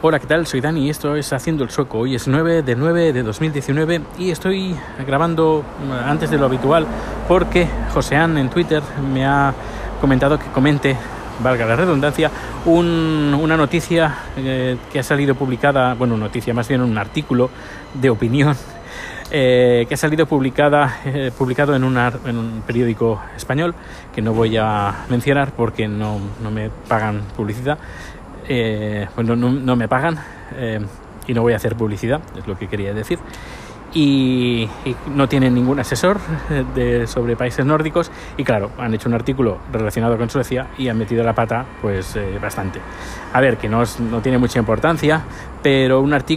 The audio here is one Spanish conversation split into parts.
Hola, ¿qué tal? Soy Dani y esto es Haciendo el Sueco. Hoy es 9 de 2019 y estoy grabando antes de lo habitual porque Josean en Twitter me ha comentado que comente, valga la redundancia, una noticia que ha salido publicada, bueno, noticia, más bien un artículo de opinión que ha salido publicado en un periódico español que no voy a mencionar porque no me pagan publicidad. No me pagan y no voy a hacer publicidad, es lo que quería decir. Y no tienen ningún asesor sobre países nórdicos y claro, han hecho un artículo relacionado con Suecia y han metido la pata pues bastante. A ver, que no tiene mucha importancia, pero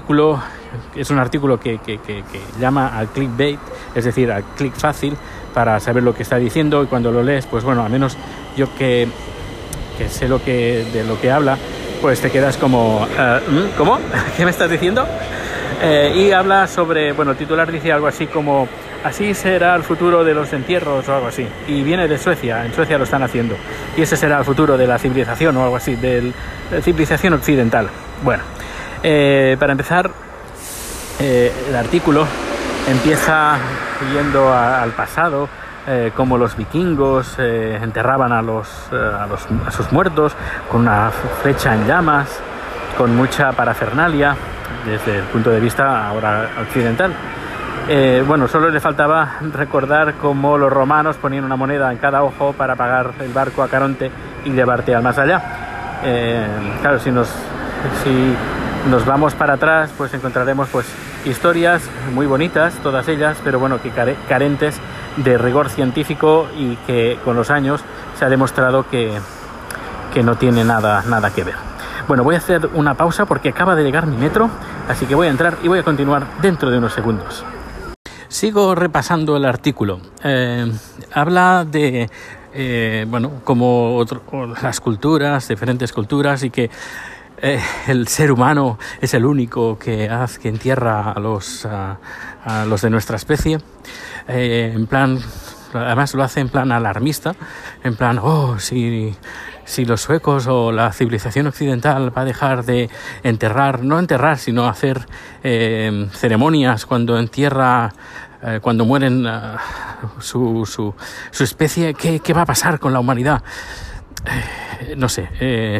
es un artículo que llama al clickbait, es decir, al click fácil para saber lo que está diciendo, y cuando lo lees, pues bueno, al menos yo que sé de lo que habla, pues te quedas como ¿cómo? ¿Qué me estás diciendo? Y habla sobre, bueno, el titular dice algo así como así será el futuro de los entierros o algo así, y viene de Suecia, en Suecia lo están haciendo, y ese será el futuro de la civilización o algo así, de la civilización occidental. Bueno, para empezar, el artículo empieza yendo al pasado, como los vikingos enterraban a sus muertos con una flecha en llamas, con mucha parafernalia desde el punto de vista ahora occidental. Bueno, solo le faltaba recordar cómo los romanos ponían una moneda en cada ojo para pagar el barco a Caronte y llevarte al más allá. Claro, si nos vamos para atrás, pues encontraremos pues historias muy bonitas, todas ellas, pero bueno, que carentes de rigor científico y que con los años se ha demostrado que no tiene nada que ver. Bueno, voy a hacer una pausa porque acaba de llegar mi metro, así que voy a entrar y voy a continuar dentro de unos segundos. Sigo repasando el artículo. Habla de como las culturas, diferentes culturas, y que el ser humano es el único que entierra a los de nuestra especie, en plan, además lo hace en plan alarmista, en plan, si los suecos o la civilización occidental va a dejar de no enterrar, sino hacer ceremonias cuando cuando mueren su especie, ¿qué va a pasar con la humanidad? No sé,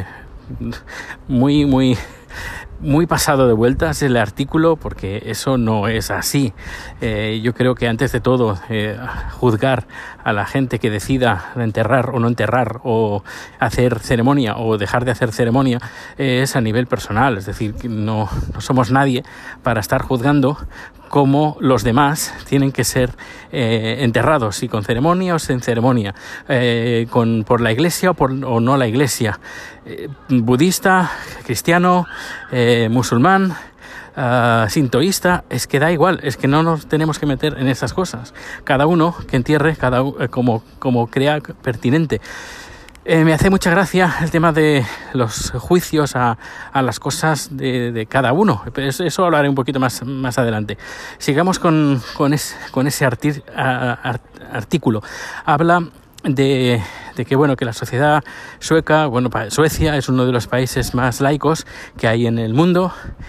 muy pasado de vueltas el artículo, porque eso no es así. Yo creo que antes de todo juzgar a la gente que decida enterrar o no enterrar, o hacer ceremonia o dejar de hacer ceremonia, es a nivel personal. Es decir, que no somos nadie para estar juzgando cómo los demás tienen que ser enterrados, si con ceremonia o sin ceremonia, por la iglesia o no la iglesia, budista, cristiano, musulmán, sintoísta, es que da igual, es que no nos tenemos que meter en esas cosas. Cada uno que entierre como crea pertinente. Me hace mucha gracia el tema de los juicios a las cosas de cada uno. Eso hablaré un poquito más adelante. Sigamos con ese artículo. Habla de que que la sociedad sueca, Suecia es uno de los países más laicos que hay en el mundo,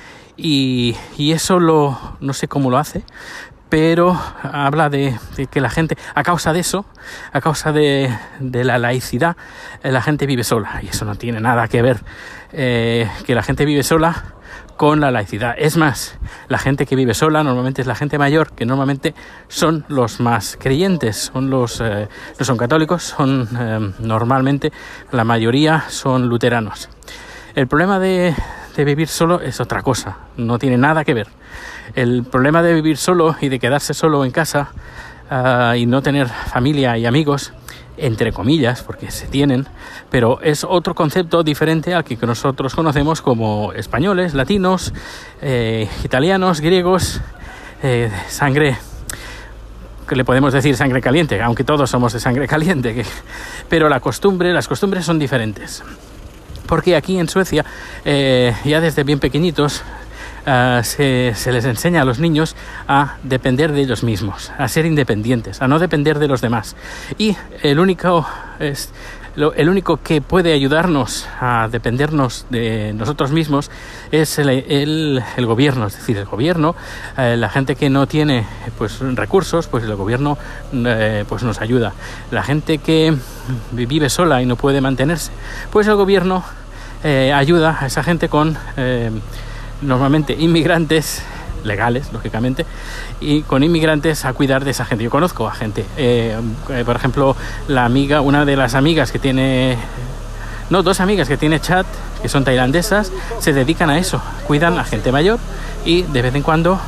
y eso no sé cómo lo hace, pero habla de que la gente, a causa de eso, a causa de la laicidad, la gente vive sola, y eso no tiene nada que ver, que la gente vive sola con la laicidad. Es más, la gente que vive sola normalmente es la gente mayor, que normalmente son los más creyentes, no son católicos, son normalmente, la mayoría son luteranos. El problema de vivir solo es otra cosa, no tiene nada que ver. El problema de vivir solo y de quedarse solo en casa y no tener familia y amigos, entre comillas, porque se tienen, pero es otro concepto diferente al que nosotros conocemos como españoles, latinos, italianos, griegos, sangre, que le podemos decir sangre caliente, aunque todos somos de sangre caliente, pero las costumbres son diferentes. Porque aquí en Suecia, ya desde bien pequeñitos, se les enseña a los niños a depender de ellos mismos, a ser independientes, a no depender de los demás. Y el único el único que puede ayudarnos a dependernos de nosotros mismos es el gobierno. Es decir, el gobierno, la gente que no tiene pues recursos, pues el gobierno pues nos ayuda. La gente que vive sola y no puede mantenerse, pues el gobierno ayuda a esa gente con normalmente inmigrantes legales, lógicamente, y con inmigrantes a cuidar de esa gente. Yo conozco a gente, por ejemplo, una de las amigas que tiene, dos amigas que tiene chat, que son tailandesas, se dedican a eso, cuidan a gente mayor y de vez en cuando,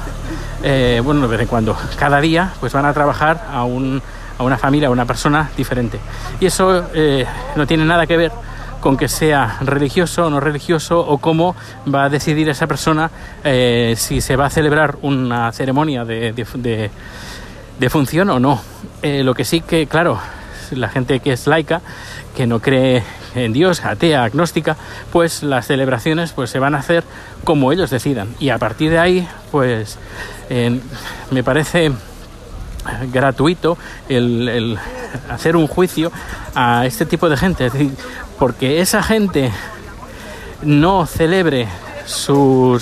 cada día, pues van a trabajar a una familia, a una persona diferente. Y eso no tiene nada que ver con que sea religioso o no religioso, o cómo va a decidir esa persona si se va a celebrar una ceremonia de función o no. Lo que sí que, claro, la gente que es laica, que no cree en Dios, atea, agnóstica, pues las celebraciones pues se van a hacer como ellos decidan. Y a partir de ahí, pues me parece gratuito el hacer un juicio a este tipo de gente. Es decir, porque esa gente no celebre su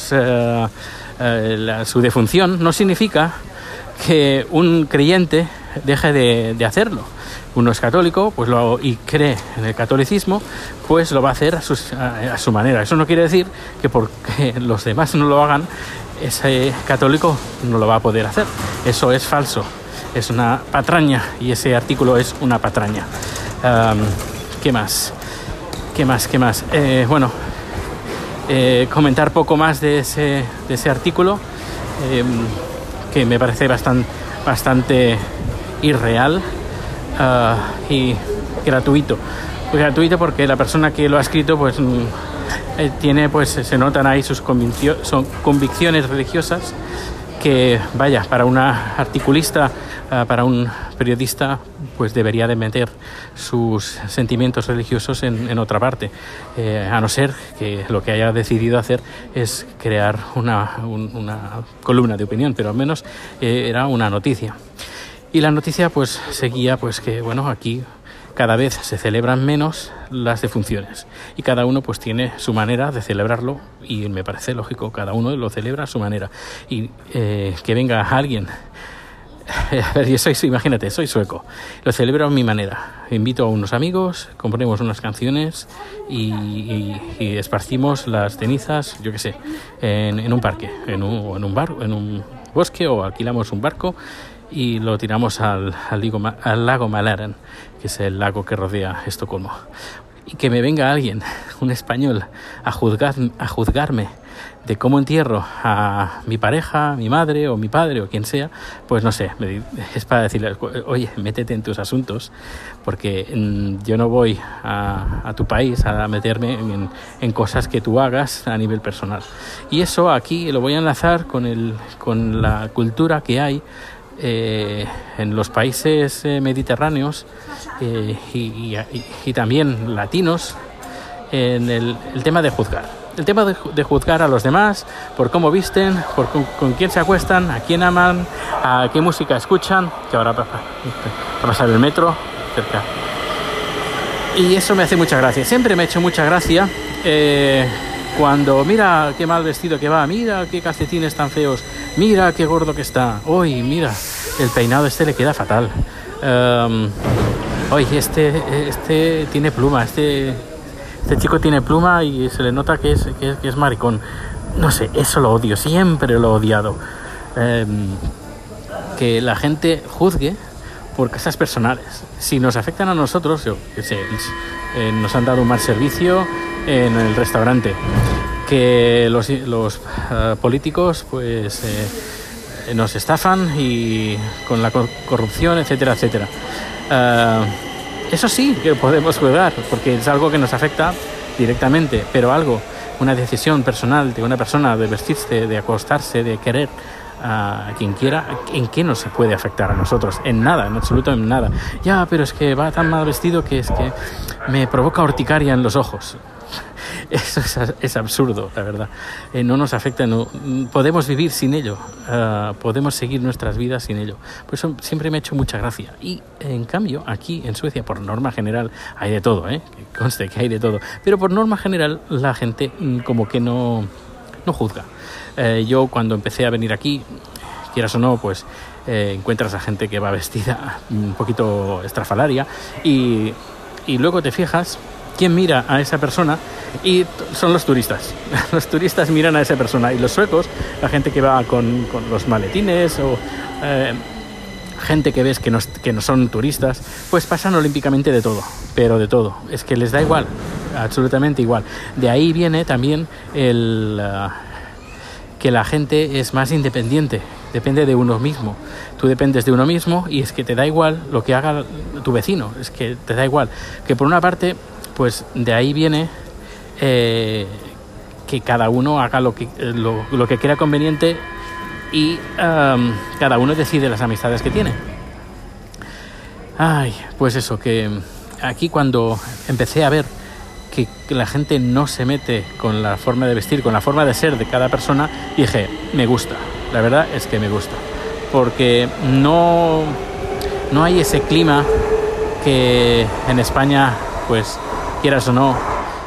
defunción, no significa que un creyente deje de hacerlo. Uno es católico, pues y cree en el catolicismo, pues lo va a hacer a su manera. Eso no quiere decir que porque los demás no lo hagan, ese católico no lo va a poder hacer. Eso es falso. Es una patraña, y ese artículo es una patraña. ¿Qué más? Comentar poco más de ese artículo, que me parece bastante irreal y gratuito. Pues gratuito porque la persona que lo ha escrito pues tiene, pues se notan ahí sus convicciones religiosas, que vaya, para una articulista, para un periodista, pues debería de meter sus sentimientos religiosos en otra parte, a no ser que lo que haya decidido hacer es crear una columna de opinión, pero al menos era una noticia. Y la noticia pues seguía pues que bueno, aquí cada vez se celebran menos las defunciones y cada uno pues tiene su manera de celebrarlo, y me parece lógico, cada uno lo celebra a su manera. Y que venga alguien, a ver, imagínate, soy sueco, lo celebro a mi manera, invito a unos amigos, componemos unas canciones y esparcimos las cenizas, yo qué sé, en un parque, en un bosque, o alquilamos un barco y lo tiramos al lago Mälaren, que es el lago que rodea Estocolmo. Y que me venga alguien, un español, a juzgarme de cómo entierro a mi pareja, mi madre o mi padre o quien sea, pues no sé, es para decirle, oye, métete en tus asuntos, porque yo no voy a tu país a meterme en cosas que tú hagas a nivel personal. Y eso aquí lo voy a enlazar con la cultura que hay en los países mediterráneos y también latinos, en el tema de juzgar. El tema de juzgar a los demás por cómo visten, por con quién se acuestan, a quién aman, a qué música escuchan, que ahora va a pasar el metro cerca. Y eso me hace mucha gracia. Siempre me ha hecho mucha gracia cuando mira qué mal vestido que va, mira qué calcetines tan feos, mira qué gordo que está, uy, mira, el peinado le queda fatal, oye, este tiene pluma, este chico tiene pluma y se le nota que es maricón. No sé, eso lo odio, siempre lo he odiado. Que la gente juzgue por cosas personales. Si nos afectan a nosotros, yo qué sé, nos han dado un mal servicio en el restaurante, que los políticos pues nos estafan y con la corrupción, etcétera, etcétera. Eso sí que podemos juzgar, porque es algo que nos afecta directamente, pero una decisión personal de una persona de vestirse, de acostarse, de querer a quien quiera, ¿en qué nos puede afectar a nosotros? En nada, en absoluto en nada. Ya, pero es que va tan mal vestido que es que me provoca urticaria en los ojos. Eso es absurdo, la verdad. No nos afecta, no, podemos vivir sin ello, podemos seguir nuestras vidas sin ello. Por eso siempre me ha hecho mucha gracia. Y en cambio, aquí en Suecia, por norma general, hay de todo, que conste que hay de todo. Pero por norma general, la gente como que no juzga. Yo cuando empecé a venir aquí, quieras o no, pues encuentras a gente que va vestida un poquito estrafalaria y luego te fijas quién mira a esa persona y son los turistas. Los turistas miran a esa persona y los suecos, la gente que va con los maletines o gente que ves que no son turistas, pues pasan olímpicamente de todo, pero de todo. Es que les da igual, absolutamente igual. De ahí viene también que la gente es más independiente, depende de uno mismo. Tú dependes de uno mismo y es que te da igual lo que haga tu vecino, es que te da igual. Que por una parte, pues de ahí viene que cada uno haga lo que crea conveniente y cada uno decide las amistades que tiene. Pues eso, que aquí cuando empecé a ver que la gente no se mete con la forma de vestir, con la forma de ser de cada persona, dije, me gusta, la verdad es que me gusta, porque no hay ese clima que en España, pues quieras o no,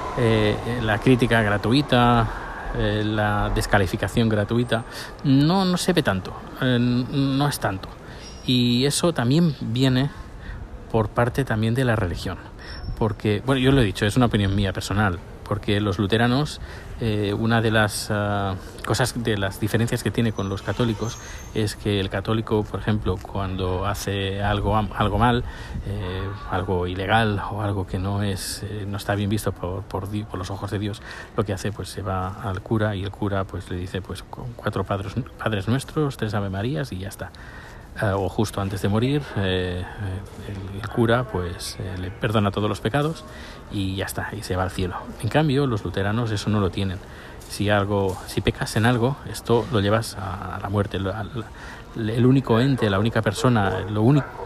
la crítica gratuita, la descalificación gratuita, no se ve tanto, no es tanto. Y eso también viene por parte también de la religión. Porque, bueno, yo lo he dicho, es una opinión mía personal, porque los luteranos, una de las cosas, de las diferencias que tiene con los católicos, es que el católico, por ejemplo, cuando hace algo mal, algo ilegal o algo que no está bien visto por los ojos de Dios, lo que hace, pues se va al cura y el cura pues le dice pues 4 padres nuestros, 3 Ave Marías y ya está. O justo antes de morir, el cura pues le perdona todos los pecados y ya está, y se va al cielo. En cambio, los luteranos eso no lo tienen. Si pecas en algo, esto lo llevas a la muerte. El único ente, la única persona, el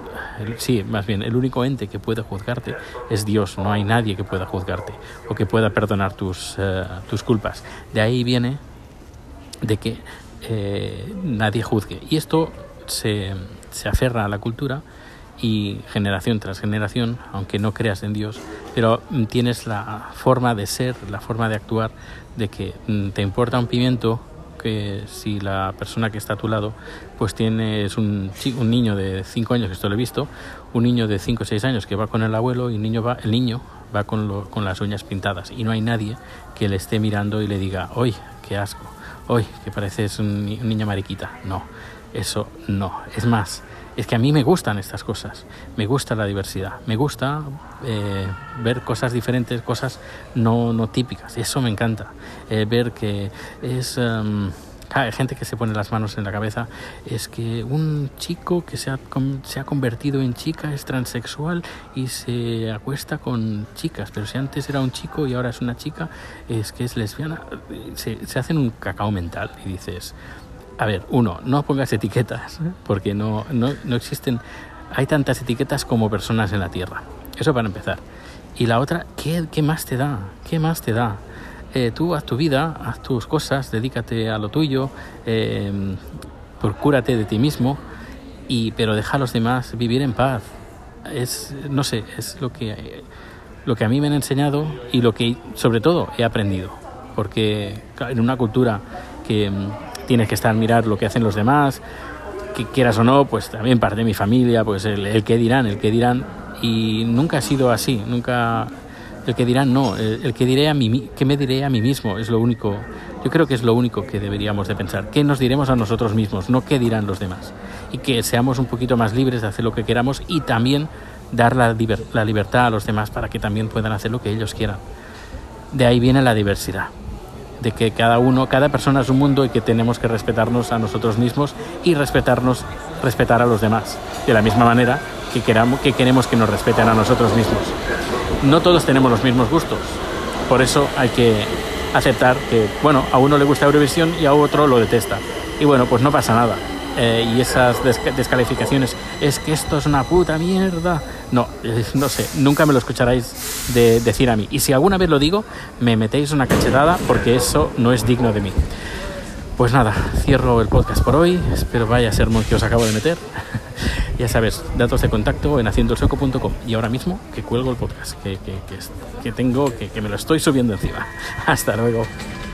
único ente que puede juzgarte es Dios. No hay nadie que pueda juzgarte o que pueda perdonar tus culpas. De ahí viene de que nadie juzgue. Y esto se aferra a la cultura y generación tras generación, aunque no creas en Dios, pero tienes la forma de ser, la forma de actuar, de que te importa un pimiento, que si la persona que está a tu lado pues tienes un niño de 5 años, que esto lo he visto, un niño de 5 o 6 años que va con el abuelo y el niño va con las uñas pintadas y no hay nadie que le esté mirando y le diga, ¡ay, qué asco! ¡Ay, que pareces un niño mariquita! No. Eso no, es más, es que a mí me gustan estas cosas, me gusta la diversidad, me gusta ver cosas diferentes, cosas no típicas, eso me encanta, ver que hay gente que se pone las manos en la cabeza, es que un chico que se ha convertido en chica es transexual y se acuesta con chicas, pero si antes era un chico y ahora es una chica, es que es lesbiana, se hacen un cacao mental y dices... A ver, no pongas etiquetas, porque no existen, hay tantas etiquetas como personas en la Tierra. Eso para empezar. Y la otra, ¿qué más te da? ¿Qué más te da? Tú haz tu vida, haz tus cosas, dedícate a lo tuyo, procúrate de ti mismo, pero deja a los demás vivir en paz. Es lo que a mí me han enseñado y lo que sobre todo he aprendido. Porque en una cultura que... tienes que estar a mirar lo que hacen los demás, que quieras o no, pues también parte de mi familia, pues el que dirán, y nunca ha sido así, nunca, el que dirán no, el que que me diré a mí mismo, es lo único, yo creo que es lo único que deberíamos de pensar, qué nos diremos a nosotros mismos, no qué dirán los demás, y que seamos un poquito más libres de hacer lo que queramos y también dar la libertad a los demás para que también puedan hacer lo que ellos quieran. De ahí viene la diversidad. De que cada persona es un mundo y que tenemos que respetarnos a nosotros mismos y respetar a los demás, de la misma manera que queremos que nos respeten a nosotros mismos. No todos tenemos los mismos gustos, por eso hay que aceptar que, a uno le gusta Eurovisión y a otro lo detesta. Y bueno, pues no pasa nada. Y esas descalificaciones, es que esto es una puta mierda. No, no sé, nunca me lo escucharéis decir a mí. Y si alguna vez lo digo, me metéis una cachetada porque eso no es digno de mí. Pues nada, cierro el podcast por hoy. Espero vaya sermón que os acabo de meter. Ya sabes, datos de contacto en haciendoelsueco.com. Y ahora mismo que cuelgo el podcast, que tengo, que me lo estoy subiendo encima. Hasta luego.